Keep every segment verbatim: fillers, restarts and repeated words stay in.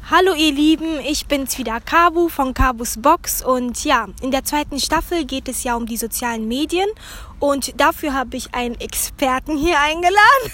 Hallo ihr Lieben, ich bin's wieder, Kabu von Kabus Box und ja, in der zweiten Staffel geht es ja um die sozialen Medien und dafür habe ich einen Experten hier eingeladen.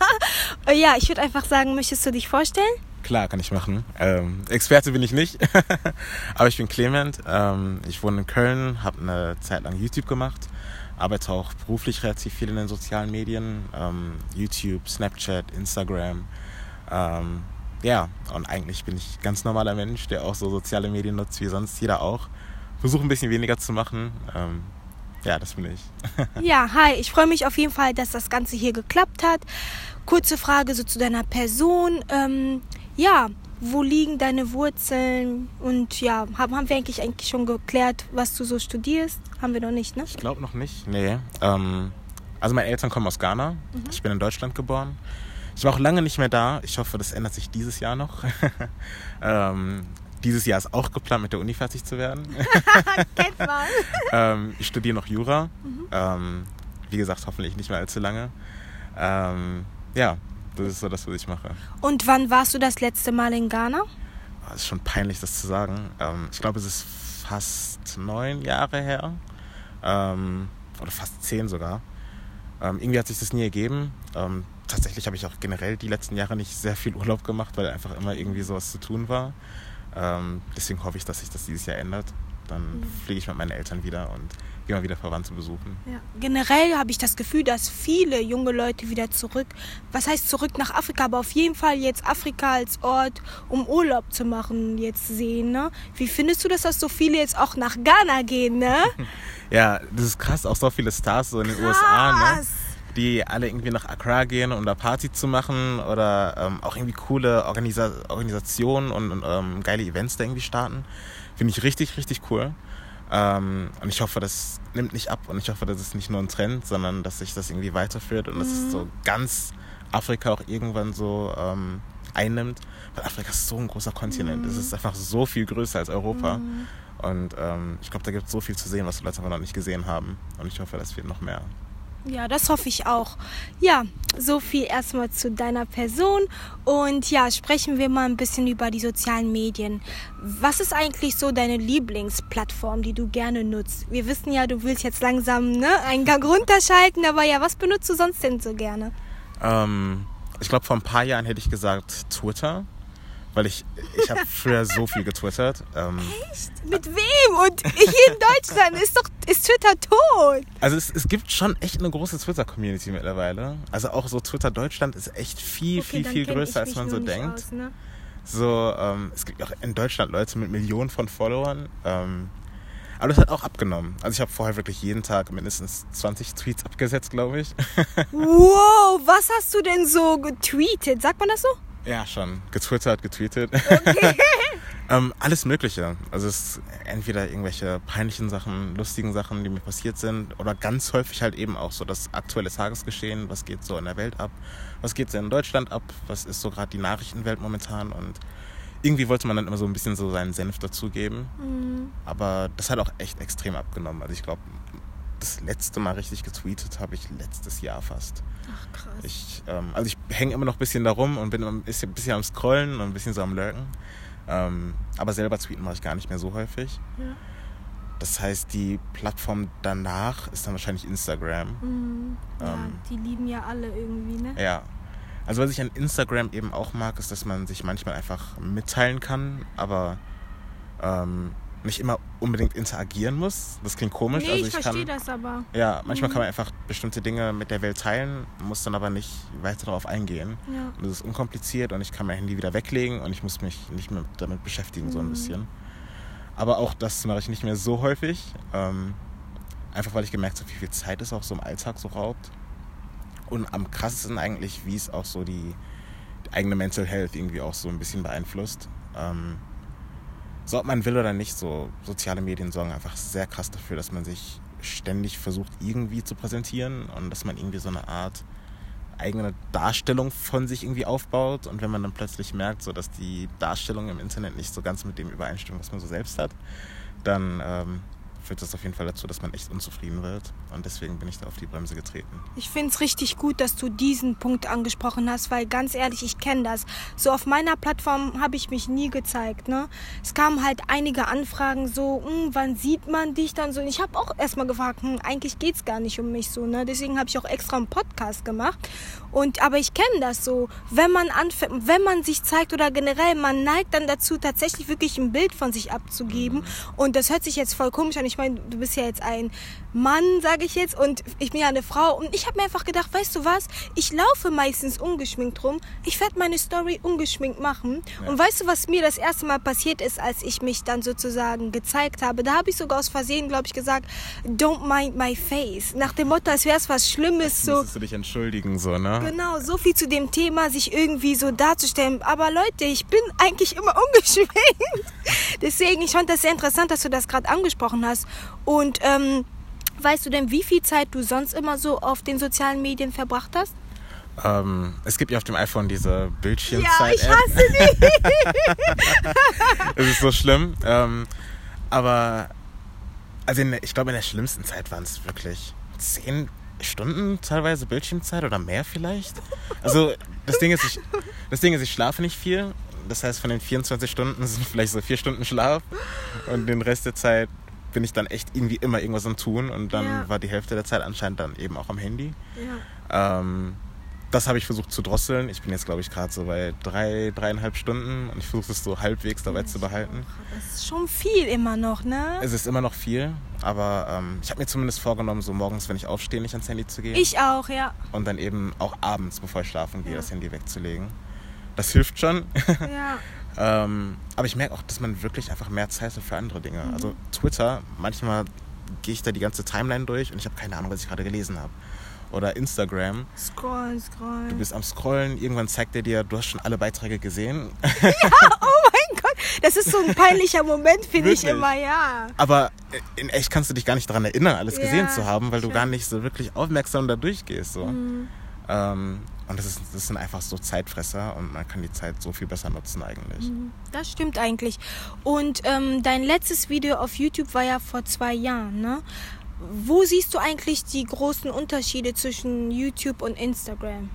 Ja, ich würde einfach sagen, möchtest du dich vorstellen? Klar, kann ich machen. Ähm, Experte bin ich nicht, aber ich bin Clement. Ähm, ich wohne in Köln, habe eine Zeit lang YouTube gemacht, arbeite auch beruflich relativ viel in den sozialen Medien, ähm, YouTube, Snapchat, Instagram. Ähm, ja, und eigentlich bin ich ein ganz normaler Mensch, der auch so soziale Medien nutzt wie sonst jeder auch. Versuche ein bisschen weniger zu machen. Ähm, ja, das bin ich. Ja, hi, ich freue mich auf jeden Fall, dass das Ganze hier geklappt hat. Kurze Frage so zu deiner Person. Ähm, ja, wo liegen deine Wurzeln? Und ja, haben, haben wir eigentlich, eigentlich schon geklärt, was du so studierst? Haben wir noch nicht, ne? Ich glaube noch nicht, nee. Ähm, also meine Eltern kommen aus Ghana. Mhm. Ich bin in Deutschland geboren. Ich war auch lange nicht mehr da. Ich hoffe, das ändert sich dieses Jahr noch. ähm, dieses Jahr ist auch geplant, mit der Uni fertig zu werden. Kennt man. ähm, ich studiere noch Jura. Mhm. Ähm, wie gesagt, hoffentlich nicht mehr allzu lange. Ähm, ja, das ist so das, was ich mache. Und wann warst du das letzte Mal in Ghana? Es ist schon peinlich, das zu sagen. Ähm, ich glaube, es ist fast neun Jahre her. Ähm, oder fast zehn sogar. Ähm, irgendwie hat sich das nie ergeben. Ähm, tatsächlich habe ich auch generell die letzten Jahre nicht sehr viel Urlaub gemacht, weil einfach immer irgendwie sowas zu tun war. Ähm, deswegen hoffe ich, dass sich das dieses Jahr ändert. Dann mhm. fliege ich mit meinen Eltern wieder und gehe mal wieder Verwandte besuchen. Ja. Generell habe ich das Gefühl, dass viele junge Leute wieder zurück, was heißt zurück nach Afrika, aber auf jeden Fall jetzt Afrika als Ort, um Urlaub zu machen, jetzt sehen. Ne? Wie findest du das, dass so viele jetzt auch nach Ghana gehen? Ne? Ja, das ist krass, auch so viele Stars so in den krass. U S A, ne? Die alle irgendwie nach Accra gehen, um da Party zu machen oder ähm, auch irgendwie coole Organisa- Organisationen und, und ähm, geile Events da irgendwie starten. Finde ich richtig, richtig cool. Ähm, und ich hoffe, das nimmt nicht ab und ich hoffe, das ist nicht nur ein Trend, sondern dass sich das irgendwie weiterführt und mhm. dass es so ganz Afrika auch irgendwann so ähm, einnimmt. Weil Afrika ist so ein großer Kontinent. Mhm. Es ist einfach so viel größer als Europa. Mhm. Und ähm, ich glaube, da gibt es so viel zu sehen, was die Leute aber noch nicht gesehen haben. Und ich hoffe, das wird noch mehr. Ja, das hoffe ich auch. Ja, so viel erstmal zu deiner Person. Und ja, sprechen wir mal ein bisschen über die sozialen Medien. Was ist eigentlich so deine Lieblingsplattform, die du gerne nutzt? Wir wissen ja, du willst jetzt langsam ne, einen Gang runterschalten, aber ja, was benutzt du sonst denn so gerne? Ähm, ich glaube, vor ein paar Jahren hätte ich gesagt Twitter. Weil ich, ich habe früher so viel getwittert. Ähm, Echt? Mit wem? Und hier in Deutschland ist doch ist Twitter tot. Also es, es gibt schon echt eine große Twitter-Community mittlerweile. Also auch so Twitter Deutschland ist echt viel, okay, viel, viel größer, als man so denkt. Aus, ne? So, ähm, es gibt auch in Deutschland Leute mit Millionen von Followern. Ähm, aber das hat auch abgenommen. Also ich habe vorher wirklich jeden Tag mindestens zwanzig Tweets abgesetzt, glaube ich. Wow, was hast du denn so getweetet? Sagt man das so? Ja, schon. Getwittert, getweetet. Okay. ähm, alles Mögliche. Also es ist entweder irgendwelche peinlichen Sachen, lustigen Sachen, die mir passiert sind, oder ganz häufig halt eben auch so das aktuelle Tagesgeschehen, was geht so in der Welt ab, was geht so in Deutschland ab, was ist so gerade die Nachrichtenwelt momentan, und irgendwie wollte man dann immer so ein bisschen so seinen Senf dazugeben. Mhm. Aber das hat auch echt extrem abgenommen. Also ich glaube, das letzte Mal richtig getweetet habe ich letztes Jahr fast. Ach, krass. Ich, ähm, also ich hänge immer noch ein bisschen da rum und bin ein bisschen, ein bisschen am Scrollen und ein bisschen so am Lurken. Ähm, aber selber tweeten mache ich gar nicht mehr so häufig. Ja. Das heißt, die Plattform danach ist dann wahrscheinlich Instagram. Mhm. Ja, ähm, die lieben ja alle irgendwie, ne? Ja. Also was ich an Instagram eben auch mag, ist, dass man sich manchmal einfach mitteilen kann, aber ähm, nicht immer unbedingt interagieren muss. Das klingt komisch. Nee, also ich, ich verstehe das aber. Ja, manchmal mhm. kann man einfach bestimmte Dinge mit der Welt teilen, muss dann aber nicht weiter darauf eingehen. Ja. Und das ist unkompliziert und ich kann mein Handy wieder weglegen und ich muss mich nicht mehr damit beschäftigen, mhm. so ein bisschen. Aber auch das mache ich nicht mehr so häufig. Ähm, einfach weil ich gemerkt habe, wie viel Zeit es auch so im Alltag so raubt. Und am krassesten eigentlich, wie es auch so die, die eigene Mental Health irgendwie auch so ein bisschen beeinflusst. Ähm, So, ob man will oder nicht, so soziale Medien sorgen einfach sehr krass dafür, dass man sich ständig versucht, irgendwie zu präsentieren und dass man irgendwie so eine Art eigene Darstellung von sich irgendwie aufbaut. Und wenn man dann plötzlich merkt, so dass die Darstellung im Internet nicht so ganz mit dem übereinstimmt, was man so selbst hat, dann ähm, führt das auf jeden Fall dazu, dass man echt unzufrieden wird. Und deswegen bin ich da auf die Bremse getreten. Ich finde es richtig gut, dass du diesen Punkt angesprochen hast, weil ganz ehrlich, ich kenne das. So auf meiner Plattform habe ich mich nie gezeigt. Ne? Es kamen halt einige Anfragen so, hm, wann sieht man dich dann so? Und ich habe auch erstmal gefragt, hm, eigentlich geht es gar nicht um mich so. Ne? Deswegen habe ich auch extra einen Podcast gemacht. Und, aber ich kenne das so, wenn man anfängt, wenn man sich zeigt oder generell, man neigt dann dazu, tatsächlich wirklich ein Bild von sich abzugeben. Und das hört sich jetzt voll komisch an. Ich meine, du bist ja jetzt ein Mann, sage ich jetzt, und ich bin ja eine Frau. Und ich habe mir einfach gedacht, weißt du was, ich laufe meistens ungeschminkt rum. Ich werde meine Story ungeschminkt machen. Ja. Und weißt du, was mir das erste Mal passiert ist, als ich mich dann sozusagen gezeigt habe? Da habe ich sogar aus Versehen, glaube ich, gesagt, don't mind my face. Nach dem Motto, als wäre es was Schlimmes. So. Müsstest du dich entschuldigen, so, ne? Genau, so viel zu dem Thema, sich irgendwie so darzustellen. Aber Leute, ich bin eigentlich immer ungeschminkt. Deswegen, ich fand das sehr interessant, dass du das gerade angesprochen hast. Und ähm, weißt du denn, wie viel Zeit du sonst immer so auf den sozialen Medien verbracht hast? Ähm, es gibt ja auf dem iPhone diese Bildschirmzeit-App. Ja, ich hasse die. Es ist so schlimm. Ähm, aber also in, ich glaube, in der schlimmsten Zeit waren es wirklich zehn Stunden teilweise Bildschirmzeit oder mehr vielleicht. Also das Ding ist, ich, das Ding ist, ich schlafe nicht viel. Das heißt, von den vierundzwanzig Stunden sind vielleicht so vier Stunden Schlaf. Und den Rest der Zeit bin ich dann echt irgendwie immer irgendwas am Tun. Und dann ja. war die Hälfte der Zeit anscheinend dann eben auch am Handy. Ja. Ähm, das habe ich versucht zu drosseln. Ich bin jetzt, glaube ich, gerade so bei drei, dreieinhalb Stunden. Und ich versuche es so halbwegs dabei ja, zu behalten. Das ist schon viel immer noch, ne? Es ist immer noch viel. Aber ähm, ich habe mir zumindest vorgenommen, so morgens, wenn ich aufstehe, nicht ans Handy zu gehen. Ich auch, ja. Und dann eben auch abends, bevor ich schlafen gehe, ja. das Handy wegzulegen. Das hilft schon. Ja. ähm, aber ich merke auch, dass man wirklich einfach mehr Zeit hat für andere Dinge. Mhm. Also Twitter, manchmal gehe ich da die ganze Timeline durch und ich habe keine Ahnung, was ich gerade gelesen habe. Oder Instagram. Scrollen, scrollen. Du bist am Scrollen, irgendwann zeigt er dir, du hast schon alle Beiträge gesehen. Ja, oh mein Gott. Das ist so ein peinlicher Moment, finde ich immer, ja. Aber in echt kannst du dich gar nicht daran erinnern, alles ja, gesehen zu haben, weil du gar nicht so wirklich aufmerksam da durchgehst. So. Mhm. Ähm, und das, ist, das sind einfach so Zeitfresser und man kann die Zeit so viel besser nutzen eigentlich. Das stimmt eigentlich. Und ähm, dein letztes Video auf YouTube war ja vor zwei Jahren, ne? Wo siehst du eigentlich die großen Unterschiede zwischen YouTube und Instagram?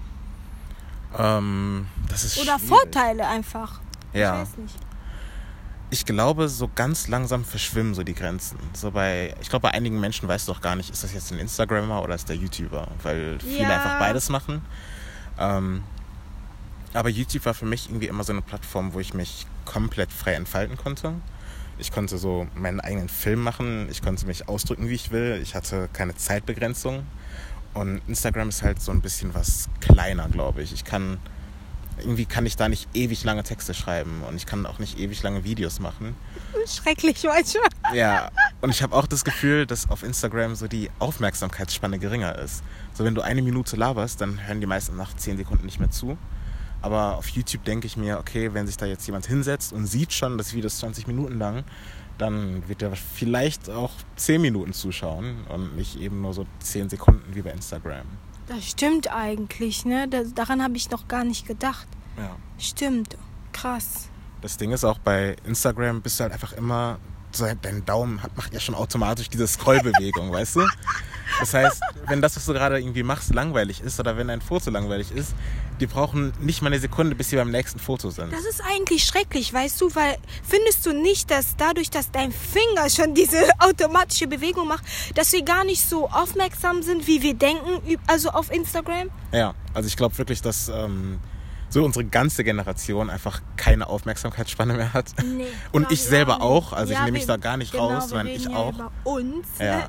Ähm, das ist Oder schwierig. Vorteile einfach. Ja. Ich weiß nicht. Ich glaube, so ganz langsam verschwimmen so die Grenzen. So bei, ich glaube, bei einigen Menschen weißt du doch gar nicht, ist das jetzt ein Instagrammer oder ist der YouTuber, weil viele ja. einfach beides machen. Ähm, aber YouTube war für mich irgendwie immer so eine Plattform, wo ich mich komplett frei entfalten konnte. Ich konnte so meinen eigenen Film machen, ich konnte mich ausdrücken, wie ich will. Ich hatte keine Zeitbegrenzung. Und Instagram ist halt so ein bisschen was kleiner, glaube ich. Ich kann... Irgendwie kann ich da nicht ewig lange Texte schreiben und ich kann auch nicht ewig lange Videos machen. Schrecklich manchmal. Ja, und ich habe auch das Gefühl, dass auf Instagram so die Aufmerksamkeitsspanne geringer ist. So wenn du eine Minute laberst, dann hören die meisten nach zehn Sekunden nicht mehr zu. Aber auf YouTube denke ich mir, okay, wenn sich da jetzt jemand hinsetzt und sieht schon, das Video ist zwanzig Minuten lang, dann wird er vielleicht auch zehn Minuten zuschauen und nicht eben nur so zehn Sekunden wie bei Instagram. Das stimmt eigentlich, ne? Das, daran habe ich noch gar nicht gedacht. Ja. Stimmt, krass. Das Ding ist auch, bei Instagram bist du halt einfach immer, so dein Daumen hat, macht ja schon automatisch diese Scrollbewegung, weißt du? Das heißt, wenn das, was du gerade irgendwie machst, langweilig ist oder wenn ein Foto langweilig ist, die brauchen nicht mal eine Sekunde, bis sie beim nächsten Foto sind. Das ist eigentlich schrecklich, weißt du, weil findest du nicht, dass dadurch, dass dein Finger schon diese automatische Bewegung macht, dass wir gar nicht so aufmerksam sind, wie wir denken, also auf Instagram? Ja, also ich glaube wirklich, dass ähm, so unsere ganze Generation einfach keine Aufmerksamkeitsspanne mehr hat. Nee, und ich selber auch, also ja, ich nehme mich da gar nicht genau, raus, sondern ich auch. Über uns. Ja.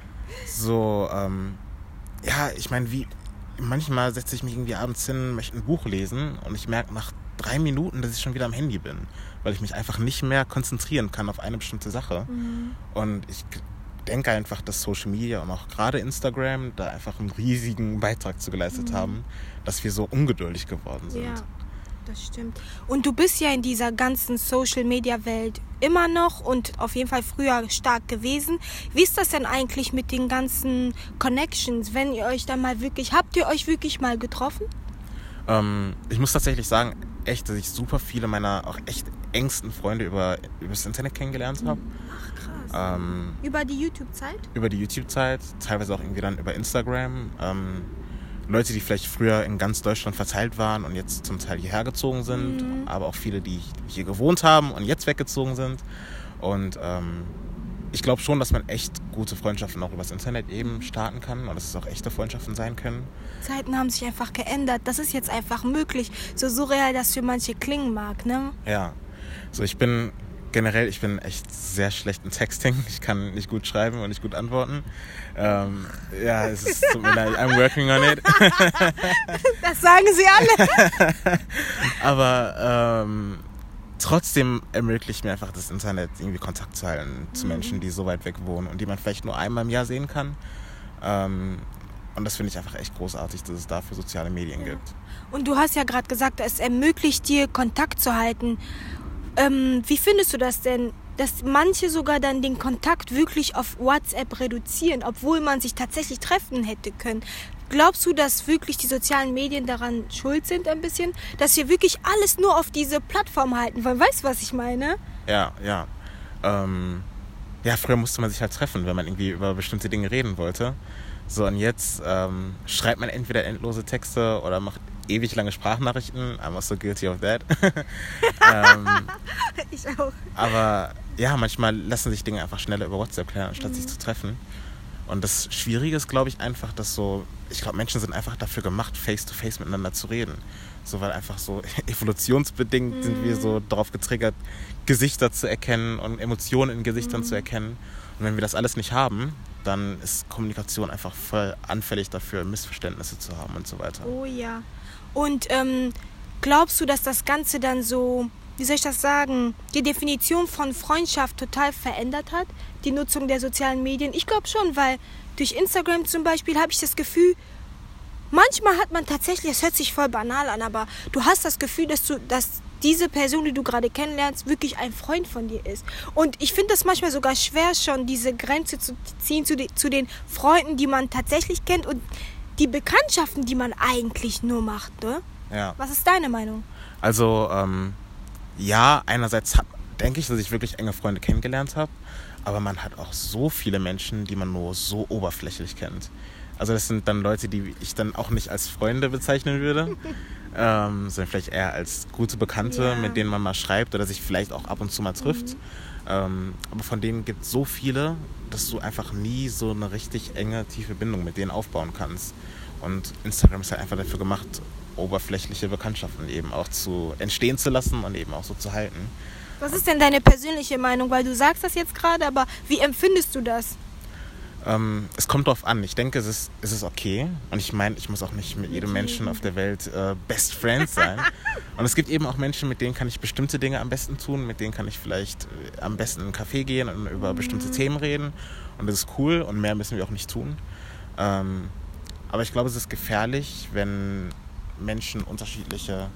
So, ähm, ja, ich meine, wie manchmal setze ich mich irgendwie abends hin, möchte ein Buch lesen und ich merke nach drei Minuten, dass ich schon wieder am Handy bin, weil ich mich einfach nicht mehr konzentrieren kann auf eine bestimmte Sache. Mhm. Und ich denke einfach, dass Social Media und auch gerade Instagram da einfach einen riesigen Beitrag zu geleistet mhm. haben, dass wir so ungeduldig geworden sind. Ja, das stimmt. Und du bist ja in dieser ganzen Social-Media-Welt immer noch und auf jeden Fall früher stark gewesen. Wie ist das denn eigentlich mit den ganzen Connections, wenn ihr euch dann mal wirklich, habt ihr euch wirklich mal getroffen? Ähm, ich muss tatsächlich sagen, echt, dass ich super viele meiner auch echt engsten Freunde über, über das Internet kennengelernt habe. Ach, krass. Ähm, über die YouTube-Zeit? Über die YouTube-Zeit, teilweise auch irgendwie dann über Instagram. Ähm, Leute, die vielleicht früher in ganz Deutschland verteilt waren und jetzt zum Teil hierher gezogen sind, mhm. aber auch viele, die hier gewohnt haben und jetzt weggezogen sind. Und ähm, ich glaube schon, dass man echt gute Freundschaften auch übers Internet eben starten kann und dass es auch echte Freundschaften sein können. Zeiten haben sich einfach geändert. Das ist jetzt einfach möglich. So surreal, dass für manche klingen mag, ne? Ja. So, ich bin generell, ich bin echt sehr schlecht in Texting. Ich kann nicht gut schreiben und nicht gut antworten. Ähm, ja, es ist, tut mir leid, I'm working on it. Das sagen sie alle. Aber ähm, trotzdem ermöglicht mir einfach das Internet, irgendwie Kontakt zu halten zu mhm. Menschen, die so weit weg wohnen und die man vielleicht nur einmal im Jahr sehen kann. Ähm, und das finde ich einfach echt großartig, dass es dafür soziale Medien ja. gibt. Und du hast ja gerade gesagt, es ermöglicht dir, Kontakt zu halten. Ähm, wie findest du das denn, dass manche sogar dann den Kontakt wirklich auf WhatsApp reduzieren, obwohl man sich tatsächlich treffen hätte können? Glaubst du, dass wirklich die sozialen Medien daran schuld sind ein bisschen? Dass wir wirklich alles nur auf diese Plattform halten wollen? Weißt du, was ich meine? Ja, ja. Ähm, ja, früher musste man sich halt treffen, wenn man irgendwie über bestimmte Dinge reden wollte. So, und jetzt ähm, schreibt man entweder endlose Texte oder macht ewig lange Sprachnachrichten. I'm also guilty of that. ähm, ich auch. Aber ja, manchmal lassen sich Dinge einfach schneller über WhatsApp klären, anstatt mhm. sich zu treffen. Und das Schwierige ist, glaube ich, einfach, dass so, ich glaube, Menschen sind einfach dafür gemacht, face-to-face miteinander zu reden. So, weil einfach so evolutionsbedingt mhm. sind wir so darauf getriggert, Gesichter zu erkennen und Emotionen in Gesichtern mhm. zu erkennen. Und wenn wir das alles nicht haben, dann ist Kommunikation einfach voll anfällig dafür, Missverständnisse zu haben und so weiter. Oh ja. Und ähm, glaubst du, dass das Ganze dann so, wie soll ich das sagen, die Definition von Freundschaft total verändert hat? Die Nutzung der sozialen Medien? Ich glaube schon, weil durch Instagram zum Beispiel habe ich das Gefühl, manchmal hat man tatsächlich, es hört sich voll banal an, aber du hast das Gefühl, dass du, dass diese Person, die du gerade kennenlernst, wirklich ein Freund von dir ist. Und ich finde das manchmal sogar schwer, schon diese Grenze zu ziehen zu, de, zu den Freunden, die man tatsächlich kennt und die Bekanntschaften, die man eigentlich nur macht. Ne? Ja. Was ist deine Meinung? Also, ähm, ja, einerseits hab, denke ich, dass ich wirklich enge Freunde kennengelernt habe, aber man hat auch so viele Menschen, die man nur so oberflächlich kennt. Also das sind dann Leute, die ich dann auch nicht als Freunde bezeichnen würde, ähm, sondern vielleicht eher als gute Bekannte, yeah. mit denen man mal schreibt oder sich vielleicht auch ab und zu mal trifft. Mhm. Ähm, aber von denen gibt es so viele, dass du einfach nie so eine richtig enge, tiefe Bindung mit denen aufbauen kannst. Und Instagram ist halt einfach dafür gemacht, oberflächliche Bekanntschaften eben auch zu entstehen zu lassen und eben auch so zu halten. Was ist denn deine persönliche Meinung? Weil du sagst das jetzt gerade, aber wie empfindest du das? Ähm, es kommt drauf an. Ich denke, es ist, es ist okay. Und ich meine, ich muss auch nicht mit jedem Menschen auf der Welt äh, Best Friends sein. Und es gibt eben auch Menschen, mit denen kann ich bestimmte Dinge am besten tun. Mit denen kann ich vielleicht äh, am besten in einen Café gehen und über mhm. bestimmte Themen reden. Und das ist cool und mehr müssen wir auch nicht tun. Ähm, aber ich glaube, es ist gefährlich, wenn Menschen unterschiedliche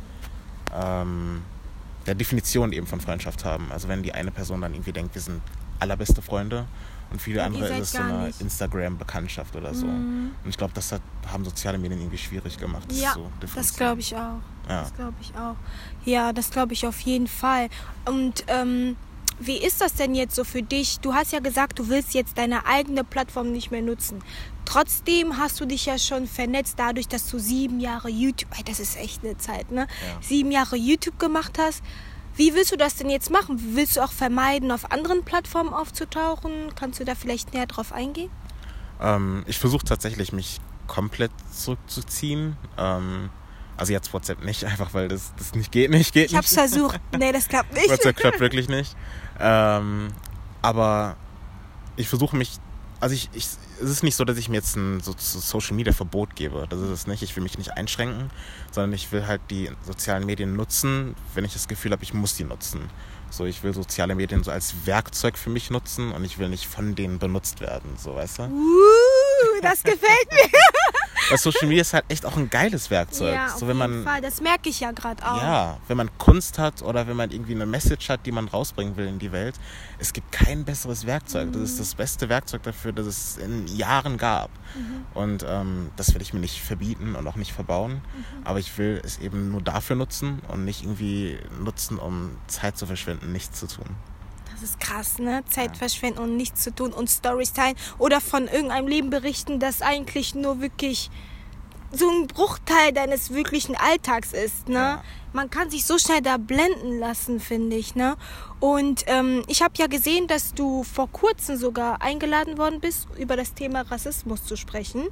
ähm, ja, Definitionen eben von Freundschaft haben. Also wenn die eine Person dann irgendwie denkt, wir sind allerbeste Freunde und viele ja, andere ist es so eine Instagram-Bekanntschaft oder so. Mhm. Und ich glaube, das hat, haben soziale Medien irgendwie schwierig gemacht. Das ja, so das glaube ich auch. Ja. Das glaube ich auch. Ja, das glaube ich auf jeden Fall. Und ähm, wie ist das denn jetzt so für dich? Du hast ja gesagt, du willst jetzt deine eigene Plattform nicht mehr nutzen. Trotzdem hast du dich ja schon vernetzt dadurch, dass du sieben Jahre YouTube, das ist echt eine Zeit, ne? Ja. Sieben Jahre YouTube gemacht hast. Wie willst du das denn jetzt machen? Willst du auch vermeiden, auf anderen Plattformen aufzutauchen? Kannst du da vielleicht näher drauf eingehen? Ähm, ich versuche tatsächlich, mich komplett zurückzuziehen. Ähm, also jetzt WhatsApp nicht, einfach weil das, das nicht geht. Nicht, geht ich habe es versucht. Nee, das klappt nicht. WhatsApp klappt wirklich nicht. Ähm, aber ich versuche mich... Also ich, ich, es ist nicht so, dass ich mir jetzt ein so, so Social-Media-Verbot gebe. Das ist es nicht. Ich will mich nicht einschränken, sondern ich will halt die sozialen Medien nutzen, wenn ich das Gefühl habe, ich muss die nutzen. So, ich will soziale Medien so als Werkzeug für mich nutzen und ich will nicht von denen benutzt werden, so, weißt du? Uh, das gefällt mir. Weil Social Media ist halt echt auch ein geiles Werkzeug. Ja, so, auf wenn jeden man, Fall. Das merke ich ja gerade auch. Ja, wenn man Kunst hat oder wenn man irgendwie eine Message hat, die man rausbringen will in die Welt. Es gibt kein besseres Werkzeug. Mhm. Das ist das beste Werkzeug dafür, das es in Jahren gab. Mhm. Und ähm, das will ich mir nicht verbieten und auch nicht verbauen. Mhm. Aber ich will es eben nur dafür nutzen und nicht irgendwie nutzen, um Zeit zu verschwenden, nichts zu tun. Das ist krass, ne? Zeit ja. verschwenden und nichts zu tun und Storys teilen oder von irgendeinem Leben berichten, das eigentlich nur wirklich so ein Bruchteil deines wirklichen Alltags ist, ne? Ja. Man kann sich so schnell da blenden lassen, finde ich, ne? Und ähm, ich habe ja gesehen, dass du vor kurzem sogar eingeladen worden bist, über das Thema Rassismus zu sprechen.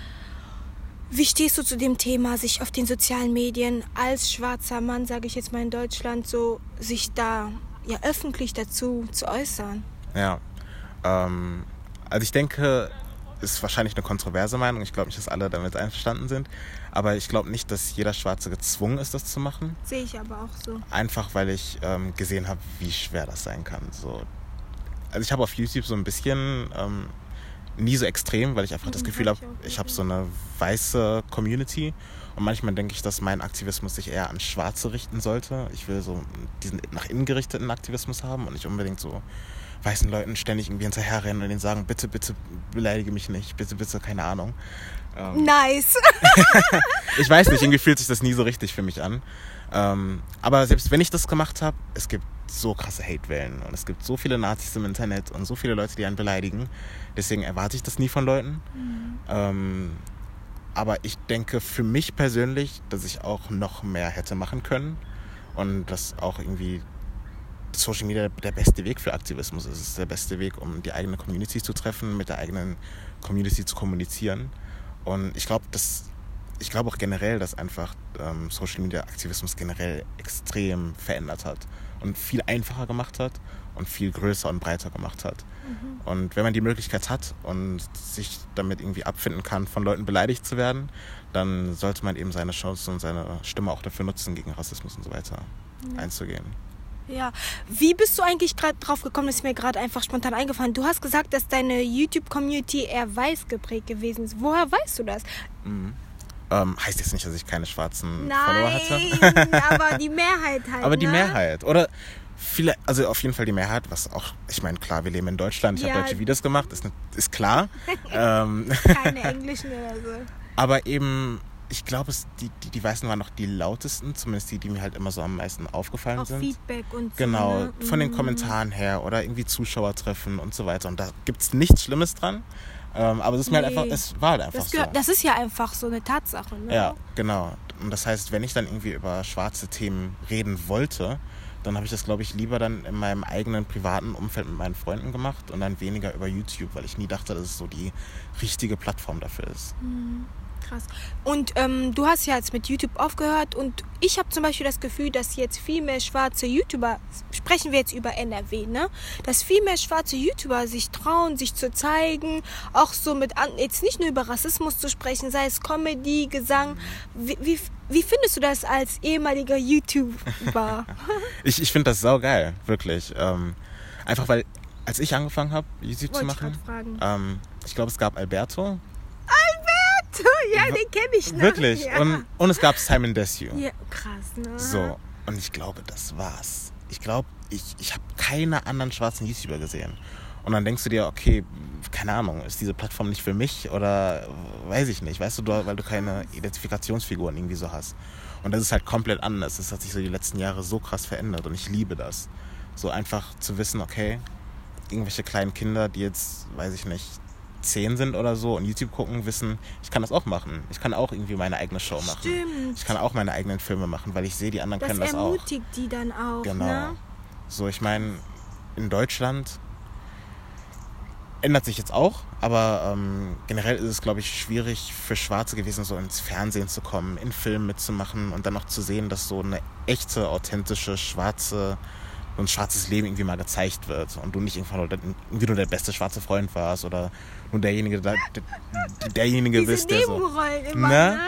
Wie stehst du zu dem Thema, sich auf den sozialen Medien als schwarzer Mann, sage ich jetzt mal in Deutschland, so sich da ja öffentlich dazu zu äußern? Ja, ähm, also ich denke, ist wahrscheinlich eine kontroverse Meinung. Ich glaube nicht, dass alle damit einverstanden sind. Aber ich glaube nicht, dass jeder Schwarze gezwungen ist, das zu machen. Sehe ich aber auch so. Einfach, weil ich ähm, gesehen habe, wie schwer das sein kann. So. Also ich habe auf YouTube so ein bisschen, ähm, nie so extrem, weil ich einfach das Gefühl habe, ich habe so eine weiße Community. Und manchmal denke ich, dass mein Aktivismus sich eher an Schwarze richten sollte. Ich will so diesen nach innen gerichteten Aktivismus haben und nicht unbedingt so weißen Leuten ständig irgendwie hinterherrennen und denen sagen, bitte, bitte beleidige mich nicht, bitte, bitte, keine Ahnung. Ähm, nice. Ich weiß nicht, irgendwie fühlt sich das nie so richtig für mich an. Ähm, aber selbst wenn ich das gemacht habe, es gibt so krasse Hate-Wellen und es gibt so viele Nazis im Internet und so viele Leute, die einen beleidigen. Deswegen erwarte ich das nie von Leuten. Mhm. Ähm, aber ich denke für mich persönlich, dass ich auch noch mehr hätte machen können und dass auch irgendwie Social Media der beste Weg für Aktivismus ist. Es ist der beste Weg, um die eigene Community zu treffen, mit der eigenen Community zu kommunizieren. Und ich glaube, dass ich glaube auch generell, dass einfach ähm, Social Media Aktivismus generell extrem verändert hat und viel einfacher gemacht hat und viel größer und breiter gemacht hat. Mhm. Und wenn man die Möglichkeit hat und sich damit irgendwie abfinden kann, von Leuten beleidigt zu werden, dann sollte man eben seine Chance und seine Stimme auch dafür nutzen, gegen Rassismus und so weiter mhm. einzugehen. Ja, wie bist du eigentlich gerade drauf gekommen, das ist mir gerade einfach spontan eingefallen. Du hast gesagt, dass deine YouTube-Community eher weiß geprägt gewesen ist. Woher weißt du das? Mhm. Ähm, heißt jetzt nicht, dass ich keine schwarzen Nein, Follower hatte. aber die Mehrheit halt. Aber die ne? Mehrheit. Oder viele, also auf jeden Fall die Mehrheit, was auch, ich meine, klar, wir leben in Deutschland, ich ja. habe deutsche Videos gemacht, ist, ist klar. ähm, keine englischen oder so. Aber eben, ich glaube, die, die, die Weißen waren noch die lautesten, zumindest die, die mir halt immer so am meisten aufgefallen auch sind. Feedback und so. Genau, ne? von den Kommentaren her oder irgendwie Zuschauertreffen und so weiter. Und da gibt es nichts Schlimmes dran. Ähm, aber es ist mir nee. halt einfach, es war halt einfach das gehört, so. Das ist ja einfach so eine Tatsache. Ne? Ja, genau. Und das heißt, wenn ich dann irgendwie über schwarze Themen reden wollte, dann habe ich das, glaube ich, lieber dann in meinem eigenen privaten Umfeld mit meinen Freunden gemacht und dann weniger über YouTube, weil ich nie dachte, dass es so die richtige Plattform dafür ist. Mhm. Krass. Und ähm, du hast ja jetzt mit YouTube aufgehört und ich habe zum Beispiel das Gefühl, dass jetzt viel mehr schwarze YouTuber, sprechen wir jetzt über N R W, ne? Dass viel mehr schwarze YouTuber sich trauen, sich zu zeigen, auch so mit, jetzt nicht nur über Rassismus zu sprechen, sei es Comedy, Gesang. Wie, wie, wie findest du das als ehemaliger YouTuber? ich ich finde das saugeil, wirklich. Ähm, einfach weil, als ich angefangen habe, YouTube Wollte zu machen, ich, fragen. Ähm, ich glaube, es gab Alberto. Ja, den kenne ich noch. Wirklich. Ja. Und, und es gab Simon Desue. Ja, krass, ne? So, und ich glaube, das war's. Ich glaube, ich, ich habe keine anderen schwarzen YouTuber gesehen. Und dann denkst du dir, okay, keine Ahnung, ist diese Plattform nicht für mich oder weiß ich nicht, weißt du, weil du keine Identifikationsfiguren irgendwie so hast. Und das ist halt komplett anders. Das hat sich so die letzten Jahre so krass verändert und ich liebe das. So einfach zu wissen, okay, irgendwelche kleinen Kinder, die jetzt, weiß ich nicht, zehn sind oder so und YouTube gucken, wissen, ich kann das auch machen. Ich kann auch irgendwie meine eigene Show machen. Stimmt. Ich kann auch meine eigenen Filme machen, weil ich sehe, die anderen das können das auch. Das ermutigt die dann auch, genau. Ne? So, ich meine, in Deutschland ändert sich jetzt auch, aber ähm, generell ist es, glaube ich, schwierig für Schwarze gewesen, so ins Fernsehen zu kommen, in Filmen mitzumachen und dann noch zu sehen, dass so eine echte, authentische, schwarze so ein schwarzes Leben irgendwie mal gezeigt wird und du nicht irgendwann nur, irgendwie nur der beste schwarze Freund warst oder nur derjenige, der, der, derjenige Diese bist, der so... Nebenrollen immer, ne? ne?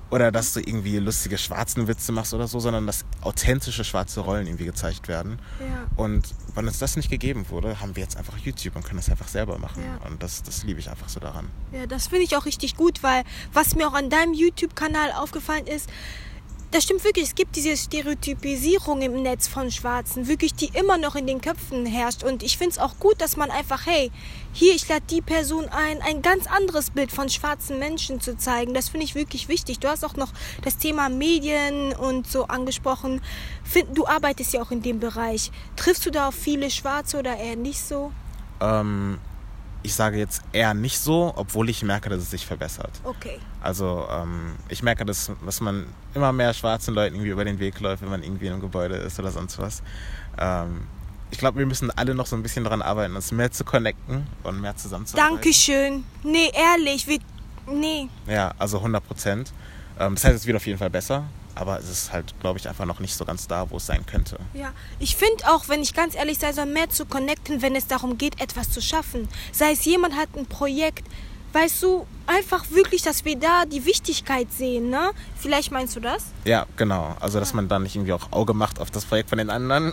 oder dass du irgendwie lustige schwarzen Witze machst oder so, sondern dass authentische schwarze Rollen irgendwie gezeigt werden. Ja. Und wenn uns das nicht gegeben wurde, haben wir jetzt einfach YouTube und können das einfach selber machen. Ja. Und das, das liebe ich einfach so daran. Ja, das finde ich auch richtig gut, weil was mir auch an deinem YouTube-Kanal aufgefallen ist, das stimmt wirklich, es gibt diese Stereotypisierung im Netz von Schwarzen, wirklich, die immer noch in den Köpfen herrscht. Und ich finde es auch gut, dass man einfach, hey, hier, ich lade die Person ein, ein ganz anderes Bild von schwarzen Menschen zu zeigen. Das finde ich wirklich wichtig. Du hast auch noch das Thema Medien und so angesprochen. Du arbeitest ja auch in dem Bereich. Triffst du da auf viele Schwarze oder eher nicht so? Ähm, ich sage jetzt eher nicht so, obwohl ich merke, dass es sich verbessert. Okay. Also ähm, ich merke, dass, dass man immer mehr schwarzen Leuten irgendwie über den Weg läuft, wenn man irgendwie in einem Gebäude ist oder sonst was. Ähm, ich glaube, wir müssen alle noch so ein bisschen daran arbeiten, uns mehr zu connecten und mehr zusammenzuarbeiten. Dankeschön. Nee, ehrlich, wir, nee. Ja, also hundert Prozent. Ähm, das heißt, es wird auf jeden Fall besser. Aber es ist halt, glaube ich, einfach noch nicht so ganz da, wo es sein könnte. Ja, ich finde auch, wenn ich ganz ehrlich sei, so mehr zu connecten, wenn es darum geht, etwas zu schaffen. Sei es jemand hat ein Projekt, weißt du, einfach wirklich, dass wir da die Wichtigkeit sehen, ne? Vielleicht meinst du das? Ja, genau. Also, dass man dann nicht irgendwie auch Auge macht auf das Projekt von den anderen.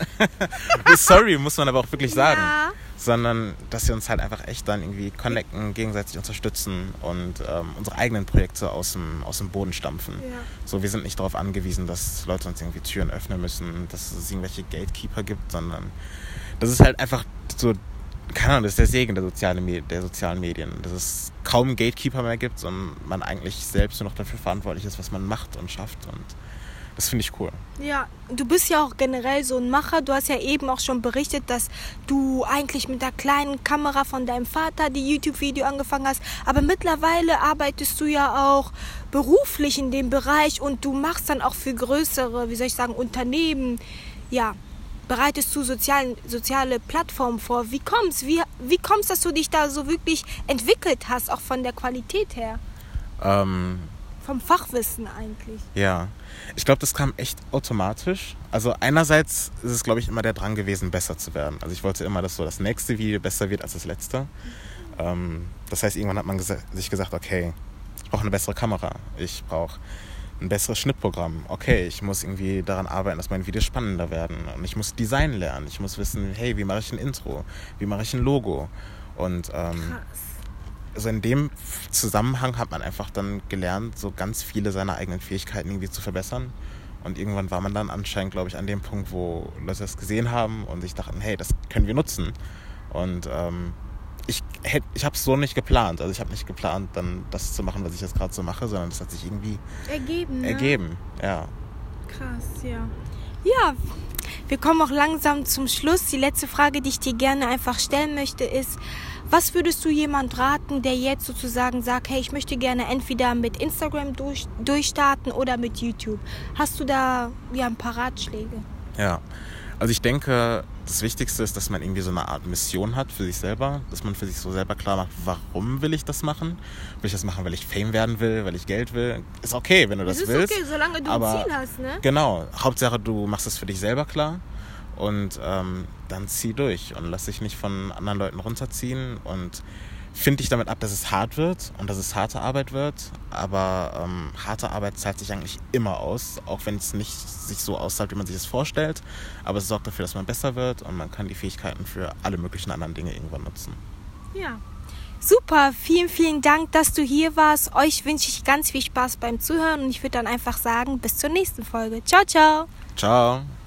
Sorry, muss man aber auch wirklich sagen. Ja. Sondern, dass wir uns halt einfach echt dann irgendwie connecten, gegenseitig unterstützen und ähm, unsere eigenen Projekte aus dem, aus dem Boden stampfen. Ja. So, wir sind nicht darauf angewiesen, dass Leute uns irgendwie Türen öffnen müssen, dass es irgendwelche Gatekeeper gibt, sondern das ist halt einfach so, keine Ahnung, das ist der Segen der sozialen, der sozialen Medien, dass es kaum Gatekeeper mehr gibt und man eigentlich selbst nur noch dafür verantwortlich ist, was man macht und schafft, und das finde ich cool. Ja, du bist ja auch generell so ein Macher. Du hast ja eben auch schon berichtet, dass du eigentlich mit der kleinen Kamera von deinem Vater die YouTube-Video angefangen hast. Aber mittlerweile arbeitest du ja auch beruflich in dem Bereich und du machst dann auch für größere, wie soll ich sagen, Unternehmen, ja, bereitest du sozialen, soziale Plattformen vor. Wie kommt's? Wie, wie kommt's, dass du dich da so wirklich entwickelt hast, auch von der Qualität her? Ähm... Vom Fachwissen eigentlich. Ja, ich glaube, das kam echt automatisch. Also einerseits ist es, glaube ich, immer der Drang gewesen, besser zu werden. Also ich wollte immer, dass so das nächste Video besser wird als das letzte. Mhm. Ähm, das heißt, irgendwann hat man gesa- sich gesagt, okay, ich brauche eine bessere Kamera, ich brauche ein besseres Schnittprogramm. Okay, ich muss irgendwie daran arbeiten, dass meine Videos spannender werden. Und ich muss Design lernen. Ich muss wissen, hey, wie mache ich ein Intro? Wie mache ich ein Logo? Und ähm, Krass. Also in dem Zusammenhang hat man einfach dann gelernt, so ganz viele seiner eigenen Fähigkeiten irgendwie zu verbessern. Und irgendwann war man dann anscheinend, glaube ich, an dem Punkt, wo Leute das gesehen haben und sich dachten, hey, das können wir nutzen. Und ähm, ich, ich habe es so nicht geplant. Also ich habe nicht geplant, dann das zu machen, was ich jetzt gerade so mache, sondern das hat sich irgendwie ergeben. Ne? Ergeben, ja. Krass, ja. Ja, wir kommen auch langsam zum Schluss. Die letzte Frage, die ich dir gerne einfach stellen möchte, ist: Was würdest du jemand raten, der jetzt sozusagen sagt, hey, ich möchte gerne entweder mit Instagram durch, durchstarten oder mit YouTube? Hast du da ja ein paar Ratschläge? Ja, also ich denke, das Wichtigste ist, dass man irgendwie so eine Art Mission hat für sich selber, dass man für sich so selber klar macht, warum will ich das machen? Will ich das machen, weil ich Fame werden will, weil ich Geld will? Ist okay, wenn du das, das willst. Ist okay, solange du aber ein Ziel hast, ne? Genau, Hauptsache du machst es für dich selber klar und ähm, dann zieh durch und lass dich nicht von anderen Leuten runterziehen und find dich damit ab, dass es hart wird und dass es harte Arbeit wird, aber ähm, harte Arbeit zahlt sich eigentlich immer aus, auch wenn es nicht sich so auszahlt, wie man sich es vorstellt, aber es sorgt dafür, dass man besser wird und man kann die Fähigkeiten für alle möglichen anderen Dinge irgendwann nutzen. Ja, super, vielen, vielen Dank, dass du hier warst. Euch wünsche ich ganz viel Spaß beim Zuhören und ich würde dann einfach sagen, bis zur nächsten Folge. Ciao, ciao. Ciao.